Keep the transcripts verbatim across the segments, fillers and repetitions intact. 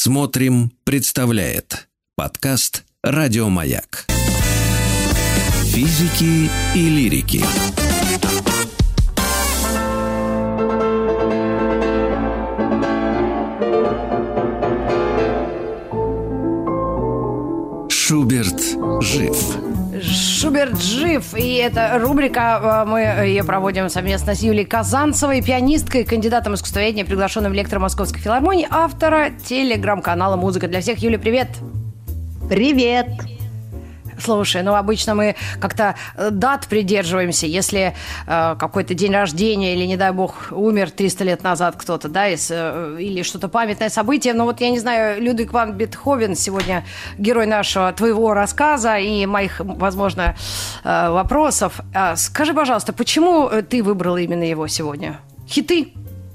Смотрим, представляет подкаст «Радиомаяк». Физики и лирики. Шуберт жив. Шуберт жив, и это рубрика, мы ее проводим совместно с Юлией Казанцевой, пианисткой, кандидатом искусствоведения, приглашенным лектором Московской филармонии, автора телеграм-канала «Музыка для всех». Юля, привет! Привет! Слушай, ну обычно мы как-то дат придерживаемся, если э, какой-то день рождения или, не дай бог, умер триста лет назад кто-то, да, из, э, или что-то памятное событие. Но вот я не знаю, Людвиг ван Бетховен сегодня герой нашего твоего рассказа и моих, возможно, э, вопросов. Э, скажи, пожалуйста, почему ты выбрала именно его сегодня? Хиты?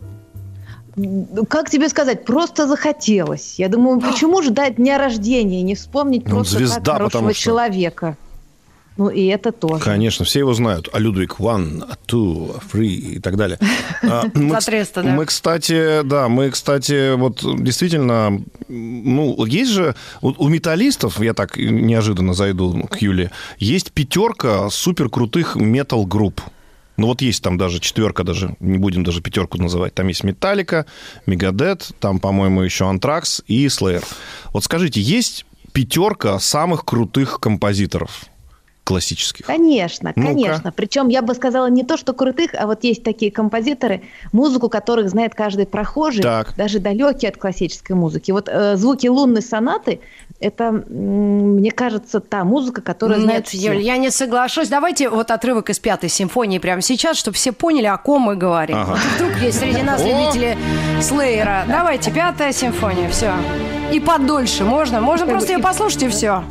Как тебе сказать, просто захотелось. Я думаю, почему ждать дня рождения, не вспомнить ну, просто звезда, так хорошего что... человека. Ну, и это тоже. Конечно, все его знают. А Людвиг one, two, three и так далее. За триста, да. Мы, кстати, да, мы, кстати, вот действительно, ну, есть же, у металлистов, я так неожиданно зайду к Юле, есть пятерка суперкрутых метал-групп. Ну, вот есть там даже четверка, даже не будем даже пятерку называть. Там есть Metallica, Megadeth, там, по-моему, еще Anthrax и Slayer. Вот скажите, есть пятерка самых крутых композиторов классических? Конечно, Ну-ка. конечно. Причем я бы сказала не то, что крутых, а вот есть такие композиторы, музыку которых знает каждый прохожий, так. даже далекий от классической музыки. Вот э, звуки лунной сонаты – это, м- мне кажется, та музыка, которая знает Нет, все. Юль, я не соглашусь. Давайте вот отрывок из пятой симфонии прямо сейчас, чтобы все поняли, о ком мы говорим. Ага. Вот вдруг есть среди нас любители Слеера. Давайте, пятая симфония, все. И подольше можно? Можно Как просто бы ее и- послушать, и все.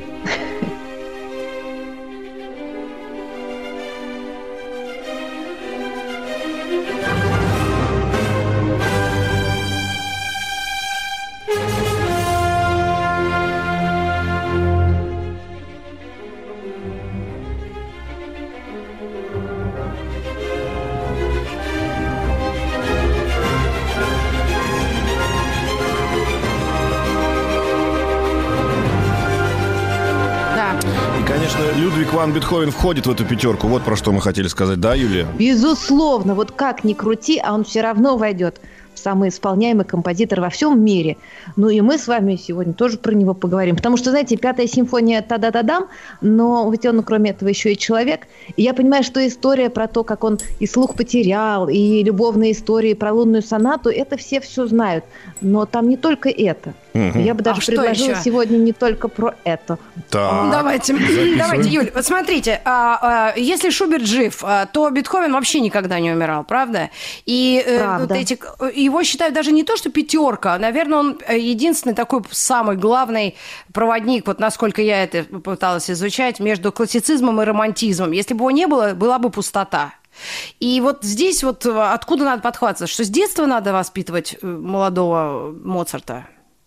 И, конечно, Людвиг ван Бетховен входит в эту пятерку. Вот про что мы хотели сказать, да, Юлия? Безусловно, вот как ни крути, а он все равно войдет в самый исполняемый композитор во всем мире. Ну и мы с вами сегодня тоже про него поговорим. Потому что, знаете, пятая симфония та-да-да-дам, но ведь он, кроме этого, еще и человек. И я понимаю, что история про то, как он и слух потерял, и любовные истории про лунную сонату, это все все знают. Но там не только это. Угу. Я бы даже А что предложила еще? сегодня не только про это. Так. Давайте, давайте, Юль, вот смотрите, а, а, если Шуберт жив, а, то Бетховен вообще никогда не умирал, правда? И э, Правда. вот эти, его считают даже не то, что пятерка, наверное, он единственный такой самый главный проводник, вот насколько я это пыталась изучать, между классицизмом и романтизмом. Если бы его не было, была бы пустота. И вот здесь вот откуда надо подхватываться, что с детства надо воспитывать молодого Моцарта?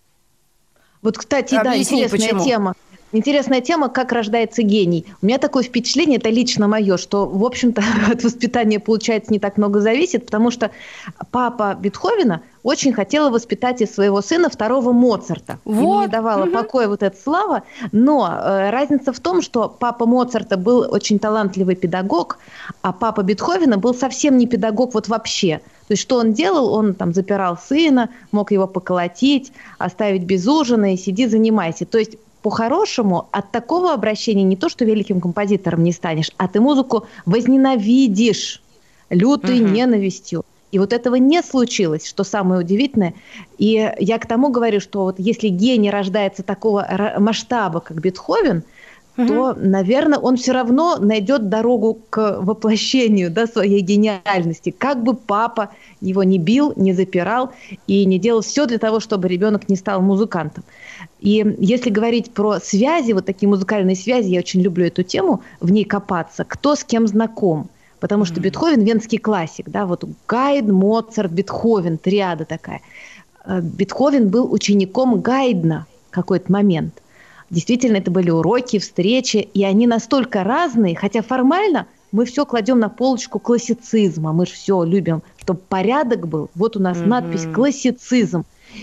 Вот, кстати, да, Объясни, интересная почему. тема. Интересная тема, как рождается гений. У меня такое впечатление, это лично мое, что, в общем-то, от воспитания, получается, не так много зависит, потому что папа Бетховена очень хотела воспитать из своего сына второго Моцарта. Вот. Ему не давала Мгм. покоя вот эта слава. Но э, разница в том, что папа Моцарта был очень талантливый педагог, а папа Бетховена был совсем не педагог вот вообще. То есть что он делал? Он там запирал сына, мог его поколотить, оставить без ужина и сиди, занимайся. То есть по-хорошему от такого обращения не то, что великим композитором не станешь, а ты музыку возненавидишь лютой Мгм. ненавистью. И вот этого не случилось, что самое удивительное. И я к тому говорю, что вот если гений рождается такого ра- масштаба, как Бетховен, то, наверное, он все равно найдет дорогу к воплощению, да, своей гениальности. Как бы папа его не бил, не запирал и не делал все для того, чтобы ребенок не стал музыкантом. И если говорить про связи, вот такие музыкальные связи, я очень люблю эту тему, в ней копаться, кто с кем знаком. Потому что Бетховен – венский классик, да, вот Гайдн, Моцарт, Бетховен, триада такая. Бетховен был учеником Гайдна в какой-то момент. Действительно, это были уроки, встречи, и они настолько разные, хотя формально мы все кладем на полочку классицизма, мы же все любим, чтобы порядок был. Вот у нас mm-hmm. надпись «классицизм».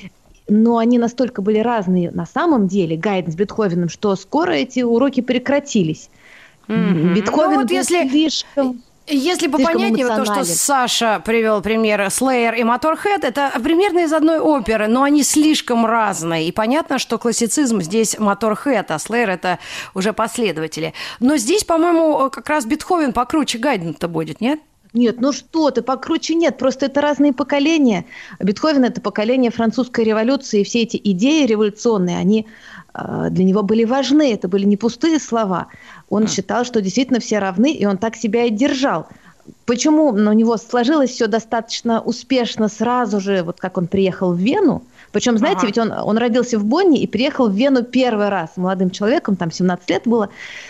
Но они настолько были разные на самом деле, Гайдн с Бетховеном, что скоро эти уроки прекратились. Mm-hmm. Бетховен ну, вот был если... слишком... Если попонятнее, то, что Саша привел пример Slayer и Motorhead, это примерно из одной оперы, но они слишком разные. И понятно, что классицизм здесь Motorhead, а Slayer это уже последователи. Но здесь, по-моему, как раз Бетховен покруче Гайдна-то будет, нет? Нет, ну что ты, покруче нет, просто это разные поколения. Бетховен – это поколение французской революции, и все эти идеи революционные, они э, для него были важны, это были не пустые слова. Он считал, что действительно все равны, и он так себя и держал. Почему у него сложилось все достаточно успешно сразу же, вот как он приехал в Вену? Причем, знаете, ага. ведь он, он родился в Бонне и приехал в Вену первый раз молодым человеком, там семнадцать лет было.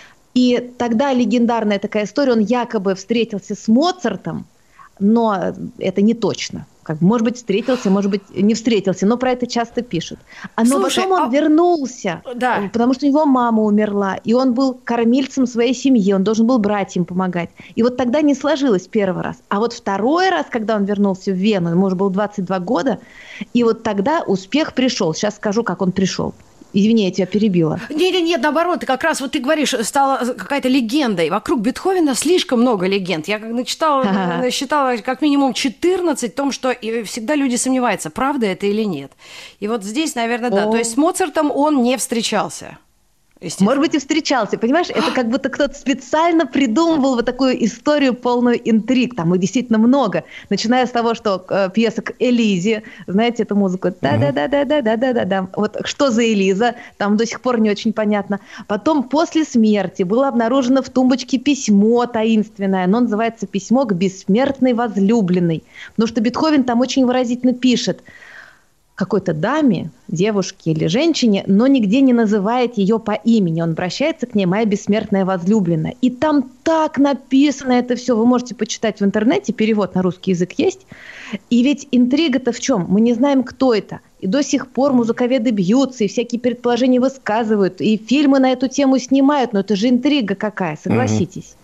И тогда легендарная такая история, он якобы встретился с Моцартом, но это не точно. Как, может быть, встретился, может быть, не встретился, но про это часто пишут. А, но Слушай, потом он а... вернулся, да. потому что у него мама умерла, и он был кормильцем своей семьи, он должен был братьям помогать. И вот тогда не сложилось первый раз. А вот второй раз, когда он вернулся в Вену, ему уже было двадцать два года, и вот тогда успех пришел. Сейчас скажу, как он пришел. Извини, я тебя перебила. Нет, нет, нет, наоборот, как раз вот ты говоришь, стала какая-то легендой. Вокруг Бетховена слишком много легенд. Я начитала, ага. считала как минимум четырнадцать в том, что всегда люди сомневаются, правда это или нет. И вот здесь, наверное, да. О. То есть с Моцартом он не встречался. Может быть, и встречался. Понимаешь, это как будто кто-то специально придумывал вот такую историю, полную интриг. Там их действительно много. Начиная с того, что э, пьеса к Элизе, знаете эту музыку? Да-да-да-да-да-да-да-да. Вот что за Элиза? Там до сих пор не очень понятно. Потом, после смерти, было обнаружено в тумбочке письмо таинственное. Оно называется «Письмо к бессмертной возлюбленной». Потому что Бетховен там очень выразительно пишет какой-то даме, девушке или женщине, но нигде не называет ее по имени. Он обращается к ней, моя бессмертная возлюбленная. И там так написано это все. Вы можете почитать в интернете, перевод на русский язык есть. И ведь интрига-то в чем? Мы не знаем, кто это. И до сих пор музыковеды бьются, и всякие предположения высказывают, и фильмы на эту тему снимают. Но это же интрига какая, согласитесь.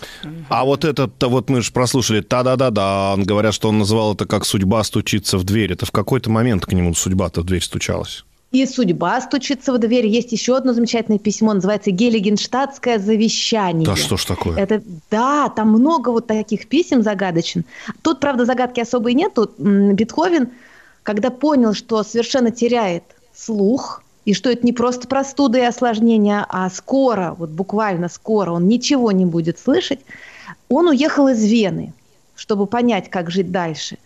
А вот этот, вот мы же прослушали «та-да-да-да», говорят, что он называл это как «судьба стучится в дверь». Это в какой-то момент к нему судьба-то в дверь стучалась? И судьба стучится в дверь. Есть еще одно замечательное письмо, называется «Гелигенштадтское завещание». Да что ж такое? Это, да, там много вот таких писем загадочных. Тут, правда, загадки особой нет. Тут Бетховен, когда понял, что совершенно теряет слух, и что это не просто простуда и осложнения, а скоро, вот буквально скоро, он ничего не будет слышать, он уехал из Вены, чтобы понять, как жить дальше.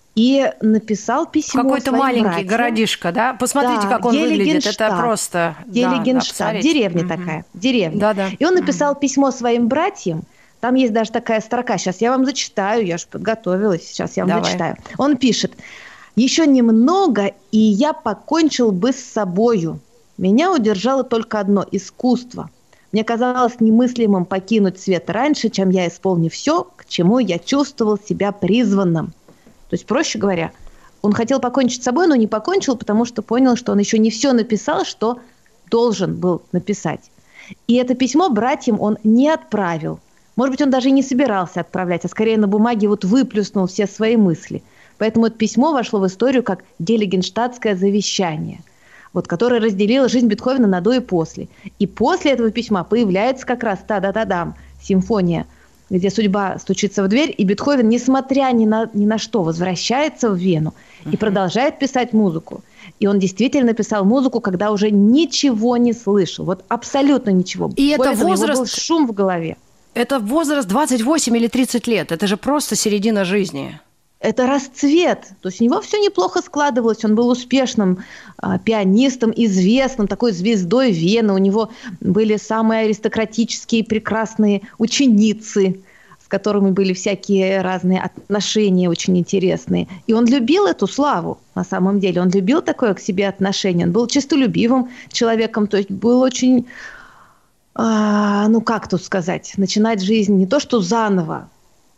И написал письмо какой-то маленький братьям. Городишко, да? Посмотрите, да, как он выглядит. Это просто... Гелигенштадт, да, деревня mm-hmm. такая, деревня. Да-да. И он написал mm-hmm. письмо своим братьям. Там есть даже такая строка. Сейчас я вам зачитаю, я же подготовилась. Сейчас я вам Давай. зачитаю. Он пишет: «Еще немного, и я покончил бы с собою. Меня удержало только одно – искусство. Мне казалось немыслимым покинуть свет раньше, чем я исполню все, к чему я чувствовал себя призванным». То есть, проще говоря, он хотел покончить с собой, но не покончил, потому что понял, что он еще не все написал, что должен был написать. И это письмо братьям он не отправил. Может быть, он даже и не собирался отправлять, а скорее на бумаге вот выплюснул все свои мысли. Поэтому это письмо вошло в историю как «Гелигенштадтское завещание», вот, которое разделило жизнь Бетховена на до и после. И после этого письма появляется как раз «Та-да-да-дам» симфония, где судьба стучится в дверь, и Бетховен, несмотря ни на, ни на что, возвращается в Вену и uh-huh. продолжает писать музыку. И он действительно писал музыку, когда уже ничего не слышал. Вот абсолютно ничего. И Более это того, возраст... у него был шум в голове. Это возраст двадцать восемь или тридцать лет. Это же просто середина жизни. Это расцвет. То есть у него все неплохо складывалось. Он был успешным э, пианистом, известным, такой звездой Вены. У него были самые аристократические, прекрасные ученицы, с которыми были всякие разные отношения очень интересные. И он любил эту славу, на самом деле. Он любил такое к себе отношение. Он был честолюбивым человеком, то есть был очень, э, ну как тут сказать, начинать жизнь не то что заново,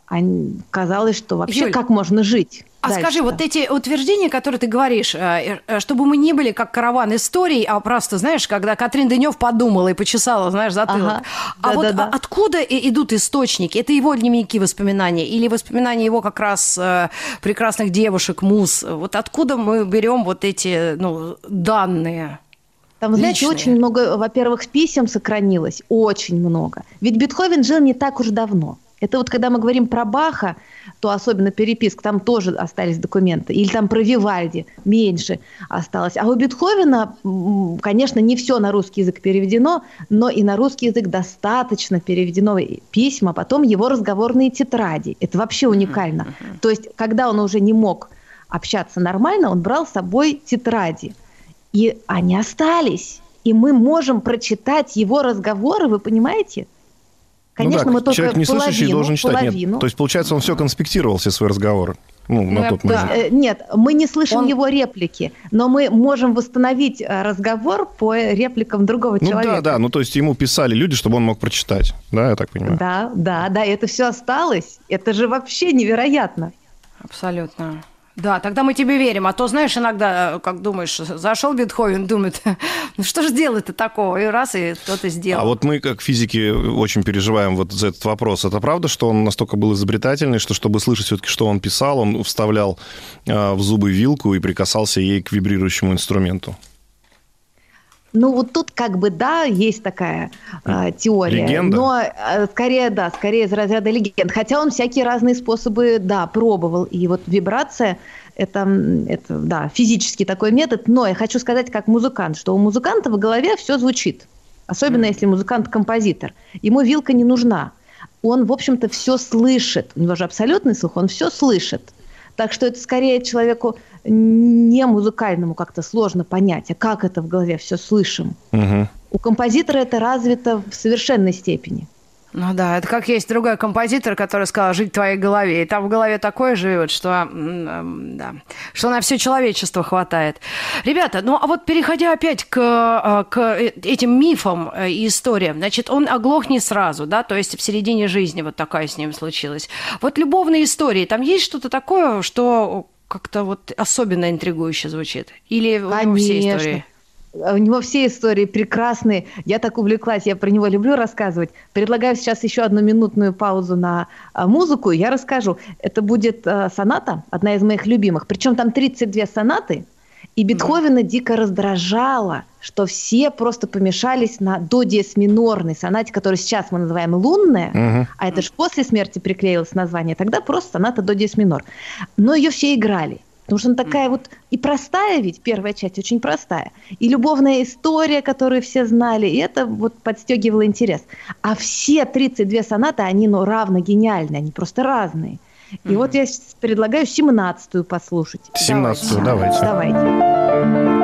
казалось, что вообще Юль, как можно жить. А дальше-то? скажи, вот эти утверждения, которые ты говоришь, чтобы мы не были как караван историй, а просто, знаешь, когда Катрин Денёв подумала и почесала, знаешь, затылок. Ага. А Да, вот да, да. откуда идут источники? Это его дневники воспоминания или воспоминания его как раз прекрасных девушек, муз? Вот откуда мы берем вот эти, ну, данные? Там, знаете, Личные. очень много, во-первых, писем сохранилось, очень много. Ведь Бетховен жил не так уж давно. Это вот когда мы говорим про Баха, то особенно переписк, там тоже остались документы. Или там про Вивальди меньше осталось. А у Бетховена, конечно, не все на русский язык переведено, но и на русский язык достаточно переведено письма, потом его разговорные тетради. Это вообще уникально. Uh-huh, uh-huh. То есть, когда он уже не мог общаться нормально, он брал с собой тетради. И они остались. И мы можем прочитать его разговоры, вы понимаете? Конечно, ну, мы только человек не слышащий половину, должен читать. половину. Нет. То есть, получается, он все конспектировал, все свои разговоры. Ну, Ну, на тот да. момент. Э, Нет, мы не слышим Он- его реплики, но мы можем восстановить э, разговор по репликам другого Ну человека. да, да, ну то есть ему писали люди, чтобы он мог прочитать, да, я так понимаю. Да, да, да, это все осталось. Это же вообще невероятно. Абсолютно. Да, тогда мы тебе верим. А то, знаешь, иногда, как думаешь, зашел Бетховен, думает, ну что же делать-то такого? И раз, и кто-то сделал. А вот мы, как физики, очень переживаем вот за этот вопрос. Это правда, что он настолько был изобретательный, что, чтобы слышать все-таки, что он писал, он вставлял э, в зубы вилку и прикасался ей к вибрирующему инструменту? Ну, вот тут как бы, да, есть такая э, теория. Легенда? Но э, скорее, да, скорее из разряда легенд. Хотя он всякие разные способы, да, пробовал. И вот вибрация – это, это, да, физический такой метод. Но я хочу сказать, как музыкант, что у музыканта в голове все звучит. Особенно, если музыкант-композитор. Ему вилка не нужна. Он, в общем-то, все слышит. У него же абсолютный слух, он все слышит. Так что это скорее человеку не музыкальному как-то сложно понять, а как это в голове все слышим. Угу. У композитора это развито в совершенной степени. Ну да, это как есть другой композитор, который сказал «жить в твоей голове». И там в голове такое живет, что, м, да, что на все человечество хватает. Ребята, ну а вот переходя опять к, к этим мифам и историям, значит, он оглох не сразу, да, то есть в середине жизни вот такая с ним случилась. Вот любовные истории, там есть что-то такое, что как-то вот особенно интригующе звучит? Или у него все истории? У него все истории прекрасные. Я так увлеклась, я про него люблю рассказывать. Предлагаю сейчас еще одну минутную паузу на а, музыку, я расскажу. Это будет а, соната, одна из моих любимых. Причем там тридцать две сонаты, и Бетховена mm-hmm. дико раздражало, что все просто помешались на до диез минорной сонате, которую сейчас мы называем лунная, mm-hmm. а это же после смерти приклеилось название, тогда просто соната до диез минор. Но ее все играли. Потому что она такая вот и простая ведь, первая часть очень простая, и любовная история, которую все знали, и это вот подстегивало интерес. А все тридцать две сонаты, они ну, равно гениальны, они просто разные. И mm-hmm. вот я предлагаю семнадцатую послушать. семнадцатую, давайте. Давайте.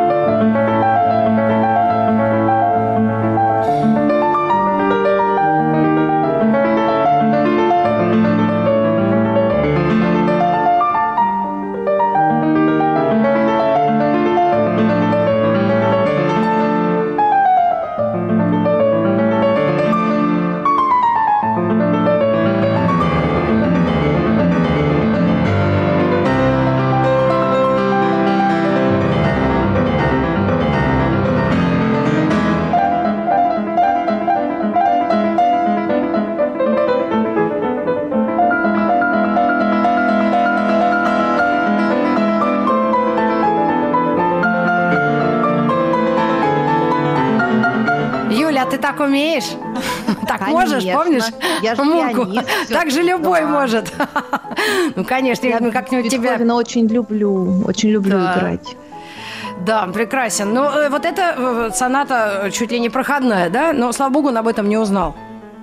Ты так умеешь? Так конечно. Можешь, помнишь? Я же муку. пианист. Так же любой да. может. Ну, конечно, я мы как-нибудь тебя... Бетховена очень люблю, очень люблю да. играть. Да, прекрасен. Ну, вот эта соната чуть ли не проходная, да? Но, слава богу, он об этом не узнал.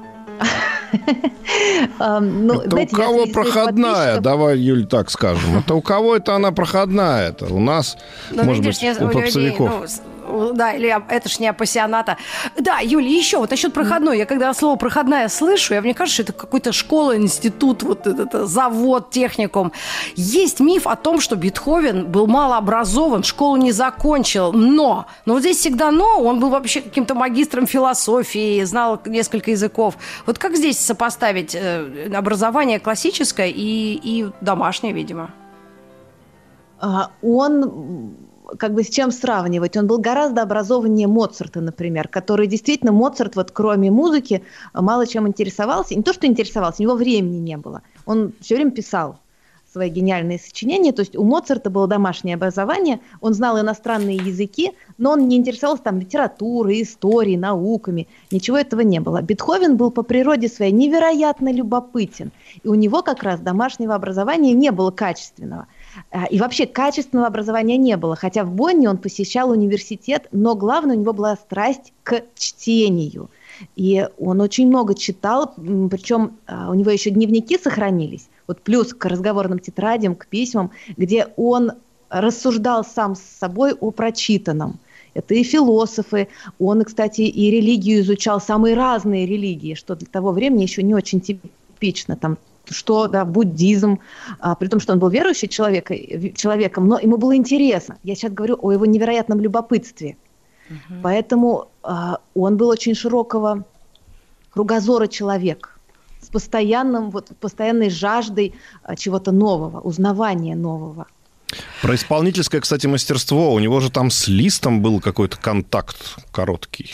Ну, это знаете, у кого проходная? подписчиков... Давай, Юль, так скажем. Это у кого это она проходная? Это у нас, ну, может видишь, быть, не, у попсовиков. людей, ну, Да, или это ж не апассионата. Да, Юля, еще вот насчет проходной. Я когда слово проходная слышу, я, мне кажется, что это какой-то школа, институт, вот это, завод, техникум. Есть миф о том, что Бетховен был малообразован, школу не закончил, но, но вот здесь всегда но, он был вообще каким-то магистром философии, знал несколько языков. Вот как здесь сопоставить образование классическое и, и домашнее, видимо? Он, как бы с чем сравнивать, он был гораздо образованнее Моцарта, например, который действительно, Моцарт, вот кроме музыки, мало чем интересовался. Не то, что интересовался, у него времени не было. Он все время писал свои гениальные сочинения, то есть у Моцарта было домашнее образование, он знал иностранные языки, но он не интересовался там литературой, историей, науками, ничего этого не было. Бетховен был по природе своей невероятно любопытен, и у него как раз домашнего образования не было качественного. И вообще качественного образования не было, хотя в Бонне он посещал университет, но главное, у него была страсть к чтению. И он очень много читал, причем у него еще дневники сохранились, вот плюс к разговорным тетрадям, к письмам, где он рассуждал сам с собой о прочитанном. Это и философы, он, кстати, и религию изучал, самые разные религии, что для того времени еще не очень типично, там, что, да, буддизм, а, при том, что он был верующий человек, человеком, но ему было интересно. Я сейчас говорю о его невероятном любопытстве. Uh-huh. Поэтому а, он был очень широкого кругозора человек, с постоянным, вот, постоянной жаждой а, чего-то нового, узнавания нового. Про исполнительское, кстати, мастерство. У него же там с Листом был какой-то контакт короткий.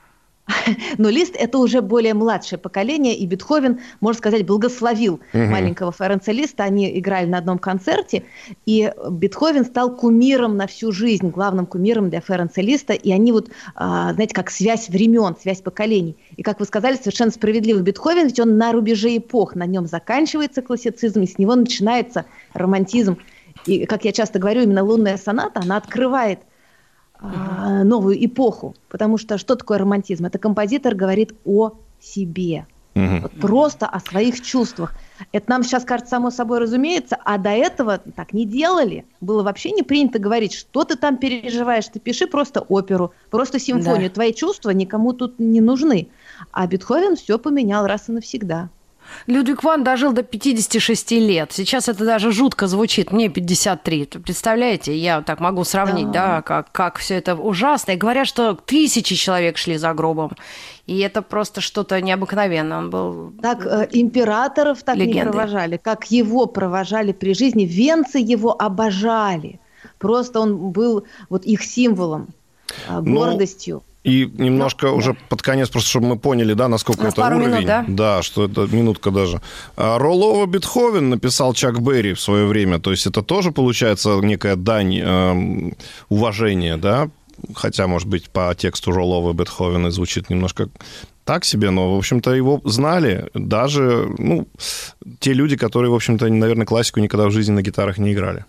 Но Лист – это уже более младшее поколение, и Бетховен, можно сказать, благословил угу. маленького Ференца Листа. Они играли на одном концерте, и Бетховен стал кумиром на всю жизнь, главным кумиром для Ференца Листа, и они вот, знаете, как связь времен, связь поколений. И, как вы сказали, совершенно справедливо, Бетховен, ведь он на рубеже эпох, на нем заканчивается классицизм, и с него начинается романтизм. И, как я часто говорю, именно «Лунная соната», она открывает Uh-huh. новую эпоху, потому что что такое романтизм? Это композитор говорит о себе, uh-huh. вот просто о своих чувствах. Это нам сейчас кажется само собой разумеется, а до этого так не делали. Было вообще не принято говорить, что ты там переживаешь, ты пиши просто оперу, просто симфонию. Да. Твои чувства никому тут не нужны. А Бетховен все поменял раз и навсегда. Людвиг ван дожил до пятидесяти шести лет. Сейчас это даже жутко звучит. Мне пятьдесят три. Представляете, я так могу сравнить, да, да как, как все это ужасно. И говорят, что тысячи человек шли за гробом. И это просто что-то необыкновенное. Он был так э, императоров так легендой. Не провожали, как его провожали при жизни. Венцы его обожали. Просто он был вот их символом, э, гордостью. Ну... И немножко ну, уже да. под конец, просто чтобы мы поняли, да, насколько это уровень. Минут, да? да, что это минутка даже. Роллова Бетховен написал Чак Берри в свое время. То есть это тоже, получается, некая дань э, уважения, да? Хотя, может быть, по тексту Роллова Бетховена звучит немножко так себе, но, в общем-то, его знали даже, ну, те люди, которые, в общем-то, наверное, классику никогда в жизни на гитарах не играли.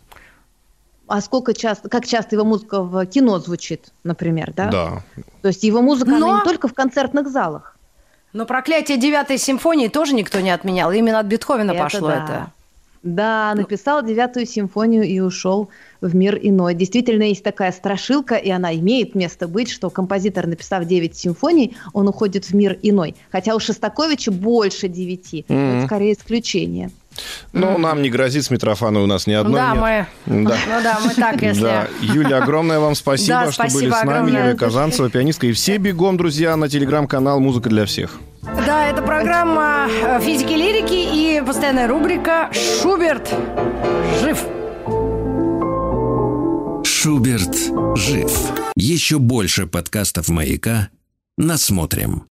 А сколько часто, как часто его музыка в кино звучит, например, да? Да. То есть его музыка, Но... она не только в концертных залах. Но «Проклятие девятой симфонии» тоже никто не отменял. Именно от Бетховена это пошло да. это. Да, написал девятую симфонию и ушел в мир иной. Действительно, есть такая страшилка, и она имеет место быть, что композитор, написав девять симфоний, он уходит в мир иной. Хотя у Шостаковича больше девяти. Mm-hmm. Это скорее исключение. Ну, mm. нам не грозит с Митрофановой, у нас ни одной да, нет. Мы... Да. Ну да, мы так, если... Да. Юля, огромное вам спасибо, да, что спасибо были с нами. огромное. Юлия Казанцева, пианистка. И все бегом, друзья, на телеграм-канал «Музыка для всех». Да, это программа физики и лирики и постоянная рубрика «Шуберт жив». Шуберт жив. Еще больше подкастов «Маяка» насмотрим.